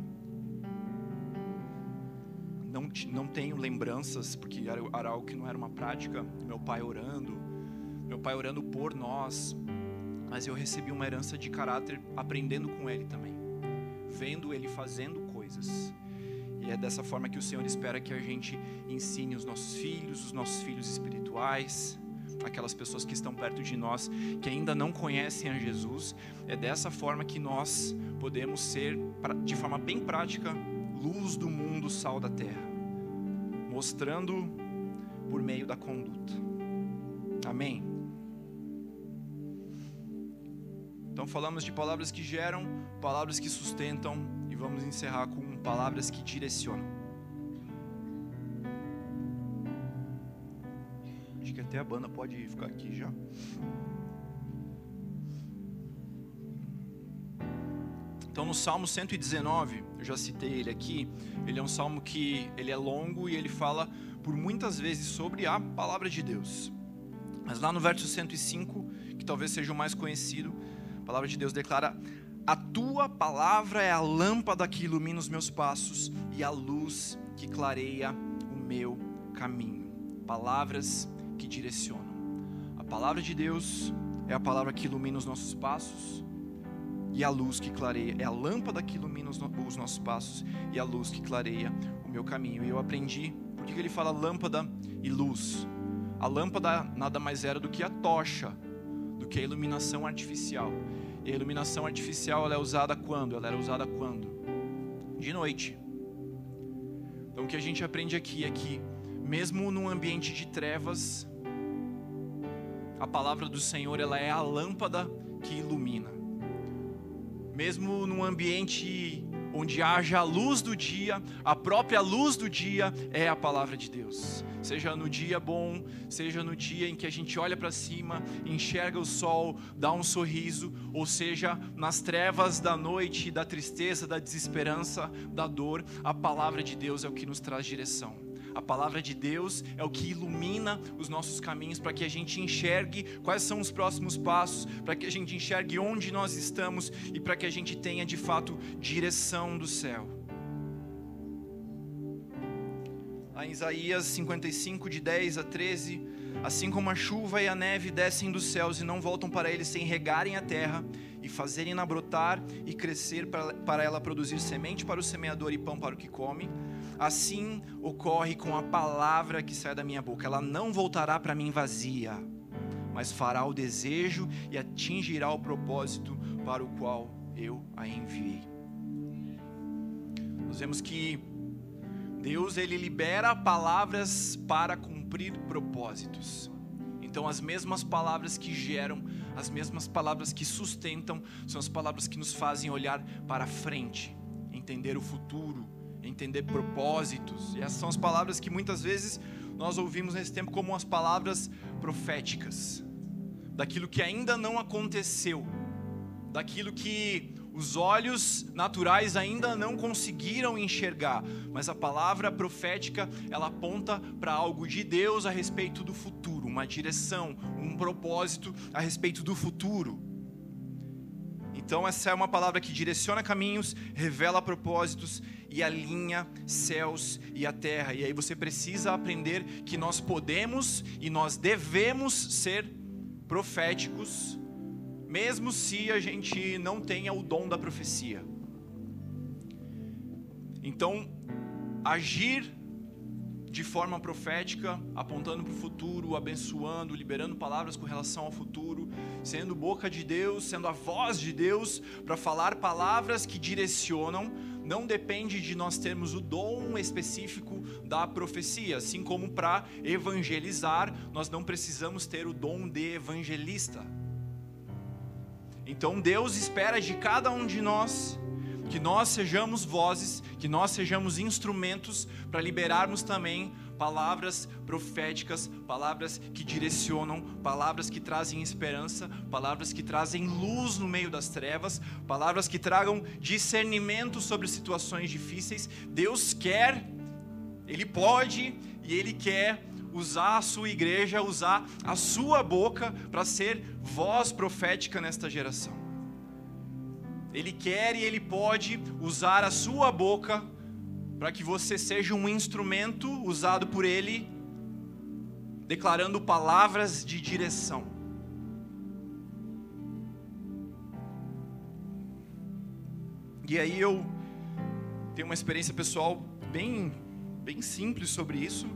tenho lembranças, porque era algo que não era uma prática, meu pai orando por nós, mas eu recebi uma herança de caráter aprendendo com ele também, vendo ele fazendo coisas. E é dessa forma que o Senhor espera que a gente ensine os nossos filhos espirituais, aquelas pessoas que estão perto de nós, que ainda não conhecem a Jesus. É dessa forma que nós podemos ser, de forma bem prática, luz do mundo, sal da terra, mostrando por meio da conduta. Amém? Então falamos de palavras que geram, palavras que sustentam, e vamos encerrar com palavras que direcionam. Acho que até a banda pode ficar aqui já. Então no Salmo 119, eu já citei ele aqui, ele é um salmo que ele é longo e ele fala por muitas vezes sobre a palavra de Deus. Mas lá no verso 105, que talvez seja o mais conhecido, a palavra de Deus declara: a tua palavra é a lâmpada que ilumina os meus passos e a luz que clareia o meu caminho. Palavras que direcionam. A palavra de Deus é a palavra que ilumina os nossos passos e a luz que clareia, é a lâmpada que ilumina os nossos passos e a luz que clareia o meu caminho. E eu aprendi, por que ele fala lâmpada e luz? A lâmpada nada mais era do que a tocha, do que a iluminação artificial. E a iluminação artificial, ela é usada quando? Ela era usada quando? De noite. Então o que a gente aprende aqui é que, mesmo num ambiente de trevas, a palavra do Senhor, ela é a lâmpada que ilumina. Mesmo num ambiente onde haja a luz do dia, a própria luz do dia é a palavra de Deus. Seja no dia bom, seja no dia em que a gente olha para cima, enxerga o sol, dá um sorriso, ou seja, nas trevas da noite, da tristeza, da desesperança, da dor, a palavra de Deus é o que nos traz direção. A palavra de Deus é o que ilumina os nossos caminhos, para que a gente enxergue quais são os próximos passos, para que a gente enxergue onde nós estamos e para que a gente tenha de fato direção do céu. Lá em Isaías 55, de 10 a 13, assim como a chuva e a neve descem dos céus e não voltam para eles sem regarem a terra e fazerem-na brotar e crescer para ela produzir semente para o semeador e pão para o que come, assim ocorre com a palavra que sai da minha boca. Ela não voltará para mim vazia, mas fará o desejo e atingirá o propósito para o qual eu a enviei. Nós vemos que Deus, ele libera palavras para cumprir propósitos. Então as mesmas palavras que geram, as mesmas palavras que sustentam, são as palavras que nos fazem olhar para frente, entender o futuro, entender propósitos. E essas são as palavras que muitas vezes nós ouvimos nesse tempo como as palavras proféticas, daquilo que ainda não aconteceu, daquilo que Os olhos naturais ainda não conseguiram enxergar, mas a palavra profética, ela aponta para algo de Deus a respeito do futuro, uma direção, um propósito a respeito do futuro. Então essa é uma palavra que direciona caminhos, revela propósitos e alinha céus e a terra. E aí você precisa aprender que nós podemos e nós devemos ser proféticos, mesmo se a gente não tenha o dom da profecia. Então, agir de forma profética, apontando para o futuro, abençoando, liberando palavras com relação ao futuro, sendo boca de Deus, sendo a voz de Deus, para falar palavras que direcionam, não depende de nós termos o dom específico da profecia, assim como para evangelizar, nós não precisamos ter o dom de evangelista. Então Deus espera de cada um de nós que nós sejamos vozes, que nós sejamos instrumentos para liberarmos também palavras proféticas, palavras que direcionam, palavras que trazem esperança, palavras que trazem luz no meio das trevas, palavras que tragam discernimento sobre situações difíceis. Deus quer, Ele pode e Ele quer usar a sua igreja, usar a sua boca para ser voz profética nesta geração. Ele quer e Ele pode usar a sua boca para que você seja um instrumento usado por Ele, declarando palavras de direção. E aí eu tenho uma experiência pessoal bem simples sobre isso,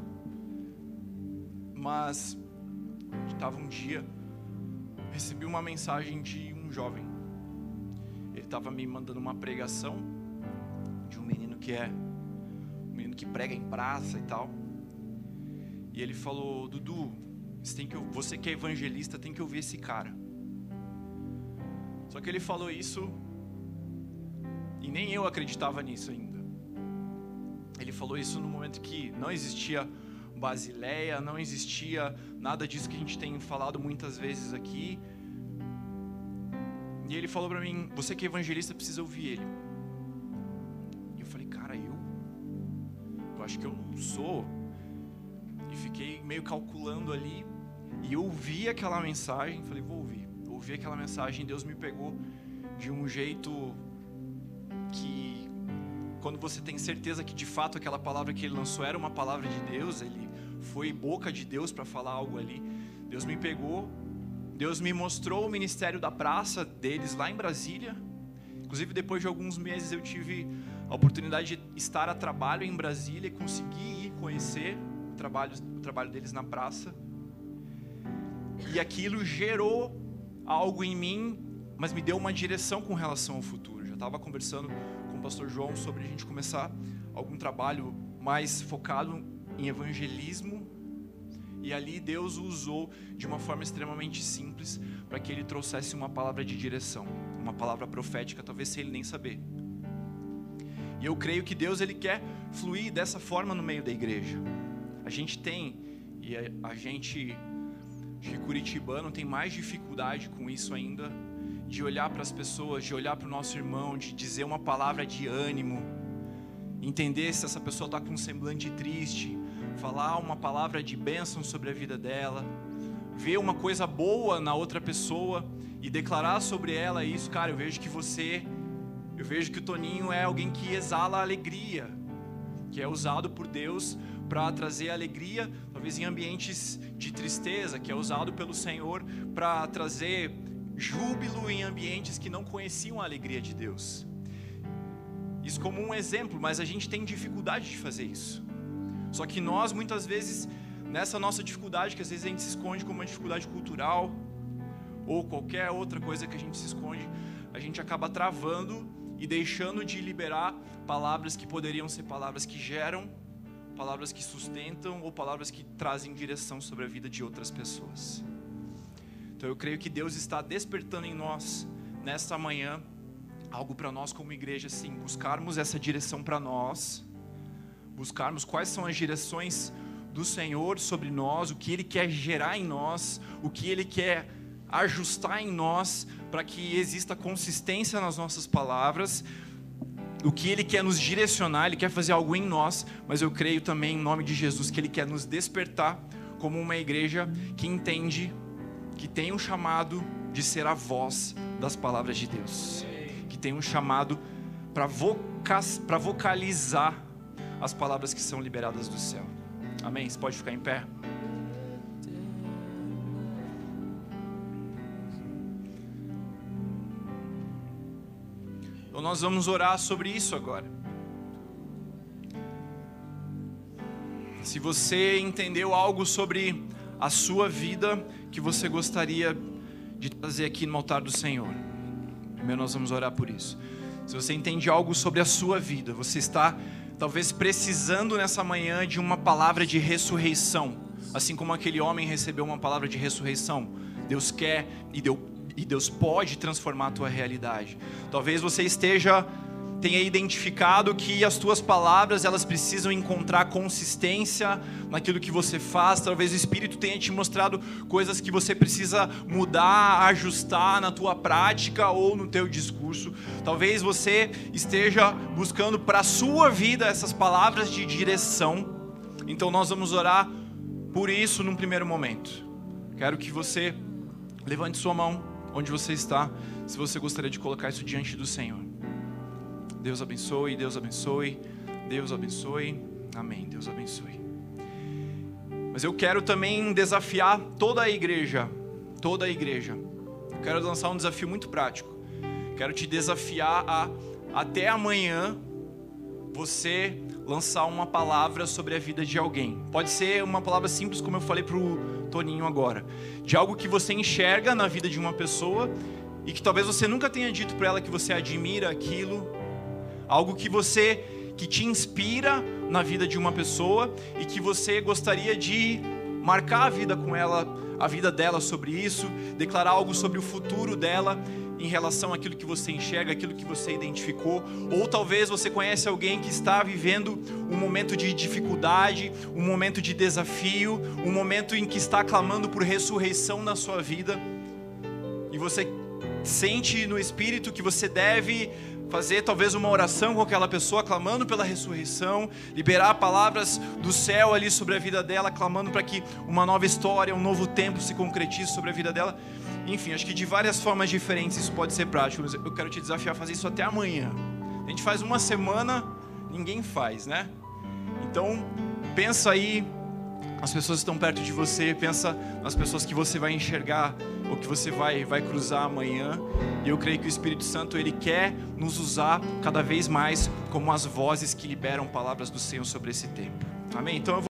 mas estava um dia, recebi uma mensagem de um jovem. Ele estava me mandando uma pregação de um menino que prega em praça e tal. E ele falou: Dudu, você que é evangelista tem que ouvir esse cara. Só que ele falou isso e nem eu acreditava nisso ainda. Ele falou isso no momento que não existia Basileia, não existia nada disso que a gente tem falado muitas vezes aqui. E ele falou pra mim: você que é evangelista precisa ouvir ele. E eu falei: cara, eu acho que eu não sou. E fiquei meio calculando ali. E eu ouvi aquela mensagem, falei: vou ouvir. Eu ouvi aquela mensagem e Deus me pegou de um jeito que, quando você tem certeza que de fato aquela palavra que ele lançou era uma palavra de Deus, ele foi boca de Deus para falar algo ali. Deus me pegou, Deus me mostrou o ministério da praça deles lá em Brasília. Inclusive, depois de alguns meses eu tive a oportunidade de estar a trabalho em Brasília e conseguir ir conhecer o trabalho deles na praça. E aquilo gerou algo em mim, mas me deu uma direção com relação ao futuro. Já estava conversando com o pastor João sobre a gente começar algum trabalho mais focado em evangelismo. E ali Deus o usou de uma forma extremamente simples para que ele trouxesse uma palavra de direção, uma palavra profética, talvez sem ele nem saber. E eu creio que Deus, ele quer fluir dessa forma no meio da igreja. A gente tem, e a gente de curitibano tem mais dificuldade com isso ainda, de olhar para as pessoas, de olhar para o nosso irmão, de dizer uma palavra de ânimo, entender se essa pessoa está com um semblante triste, falar uma palavra de bênção sobre a vida dela, ver uma coisa boa na outra pessoa e declarar sobre ela isso. Cara, eu vejo que o Toninho é alguém que exala alegria, que é usado por Deus para trazer alegria, talvez em ambientes de tristeza, que é usado pelo Senhor para trazer júbilo em ambientes que não conheciam a alegria de Deus. Isso como um exemplo, mas a gente tem dificuldade de fazer isso. Só que nós, muitas vezes, nessa nossa dificuldade, que às vezes a gente se esconde como uma dificuldade cultural, ou qualquer outra coisa que a gente se esconde, a gente acaba travando e deixando de liberar palavras que poderiam ser palavras que geram, palavras que sustentam, ou palavras que trazem direção sobre a vida de outras pessoas. Então eu creio que Deus está despertando em nós, nesta manhã, algo para nós como igreja, assim, buscarmos essa direção para nós, buscarmos quais são as direções do Senhor sobre nós, o que Ele quer gerar em nós, o que Ele quer ajustar em nós para que exista consistência nas nossas palavras, o que Ele quer nos direcionar, Ele quer fazer algo em nós, mas eu creio também, em nome de Jesus, que Ele quer nos despertar como uma igreja que entende que tem um chamado de ser a voz das palavras de Deus, que tem um chamado para vocalizar as palavras que são liberadas do céu. Amém? Você pode ficar em pé? Então nós vamos orar sobre isso agora. Se você entendeu algo sobre a sua vida que você gostaria de trazer aqui no altar do Senhor, primeiro nós vamos orar por isso. Se você entende algo sobre a sua vida, você está talvez precisando nessa manhã de uma palavra de ressurreição, assim como aquele homem recebeu uma palavra de ressurreição. Deus quer e Deus pode transformar a tua realidade. Talvez você tenha identificado que as tuas palavras, elas precisam encontrar consistência naquilo que você faz. Talvez o Espírito tenha te mostrado coisas que você precisa mudar, ajustar na tua prática ou no teu discurso. Talvez você esteja buscando para a sua vida essas palavras de direção. Então nós vamos orar por isso num primeiro momento. Quero que você levante sua mão onde você está, se você gostaria de colocar isso diante do Senhor. Deus abençoe, Deus abençoe, Deus abençoe, amém, Deus abençoe. Mas eu quero também desafiar toda a igreja. Eu quero lançar um desafio muito prático. Quero te desafiar a, até amanhã, você lançar uma palavra sobre a vida de alguém. Pode ser uma palavra simples, como eu falei para o Toninho agora, de algo que você enxerga na vida de uma pessoa e que talvez você nunca tenha dito para ela que você admira aquilo, algo que te inspira na vida de uma pessoa e que você gostaria de marcar a vida com ela, a vida dela sobre isso, declarar algo sobre o futuro dela em relação àquilo que você enxerga, aquilo que você identificou. Ou talvez você conhece alguém que está vivendo um momento de dificuldade, um momento de desafio, um momento em que está clamando por ressurreição na sua vida, e você sente no Espírito que você deve fazer talvez uma oração com aquela pessoa, clamando pela ressurreição, liberar palavras do céu ali sobre a vida dela, clamando para que uma nova história, um novo tempo se concretize sobre a vida dela. Enfim, acho que de várias formas diferentes isso pode ser prático, mas eu quero te desafiar a fazer isso até amanhã. A gente faz uma semana, ninguém faz, né? Então, pensa aí, as pessoas que estão perto de você, pensa nas pessoas que você vai enxergar ou que você vai cruzar amanhã. E eu creio que o Espírito Santo, Ele quer nos usar cada vez mais como as vozes que liberam palavras do Senhor sobre esse tempo. Amém? Então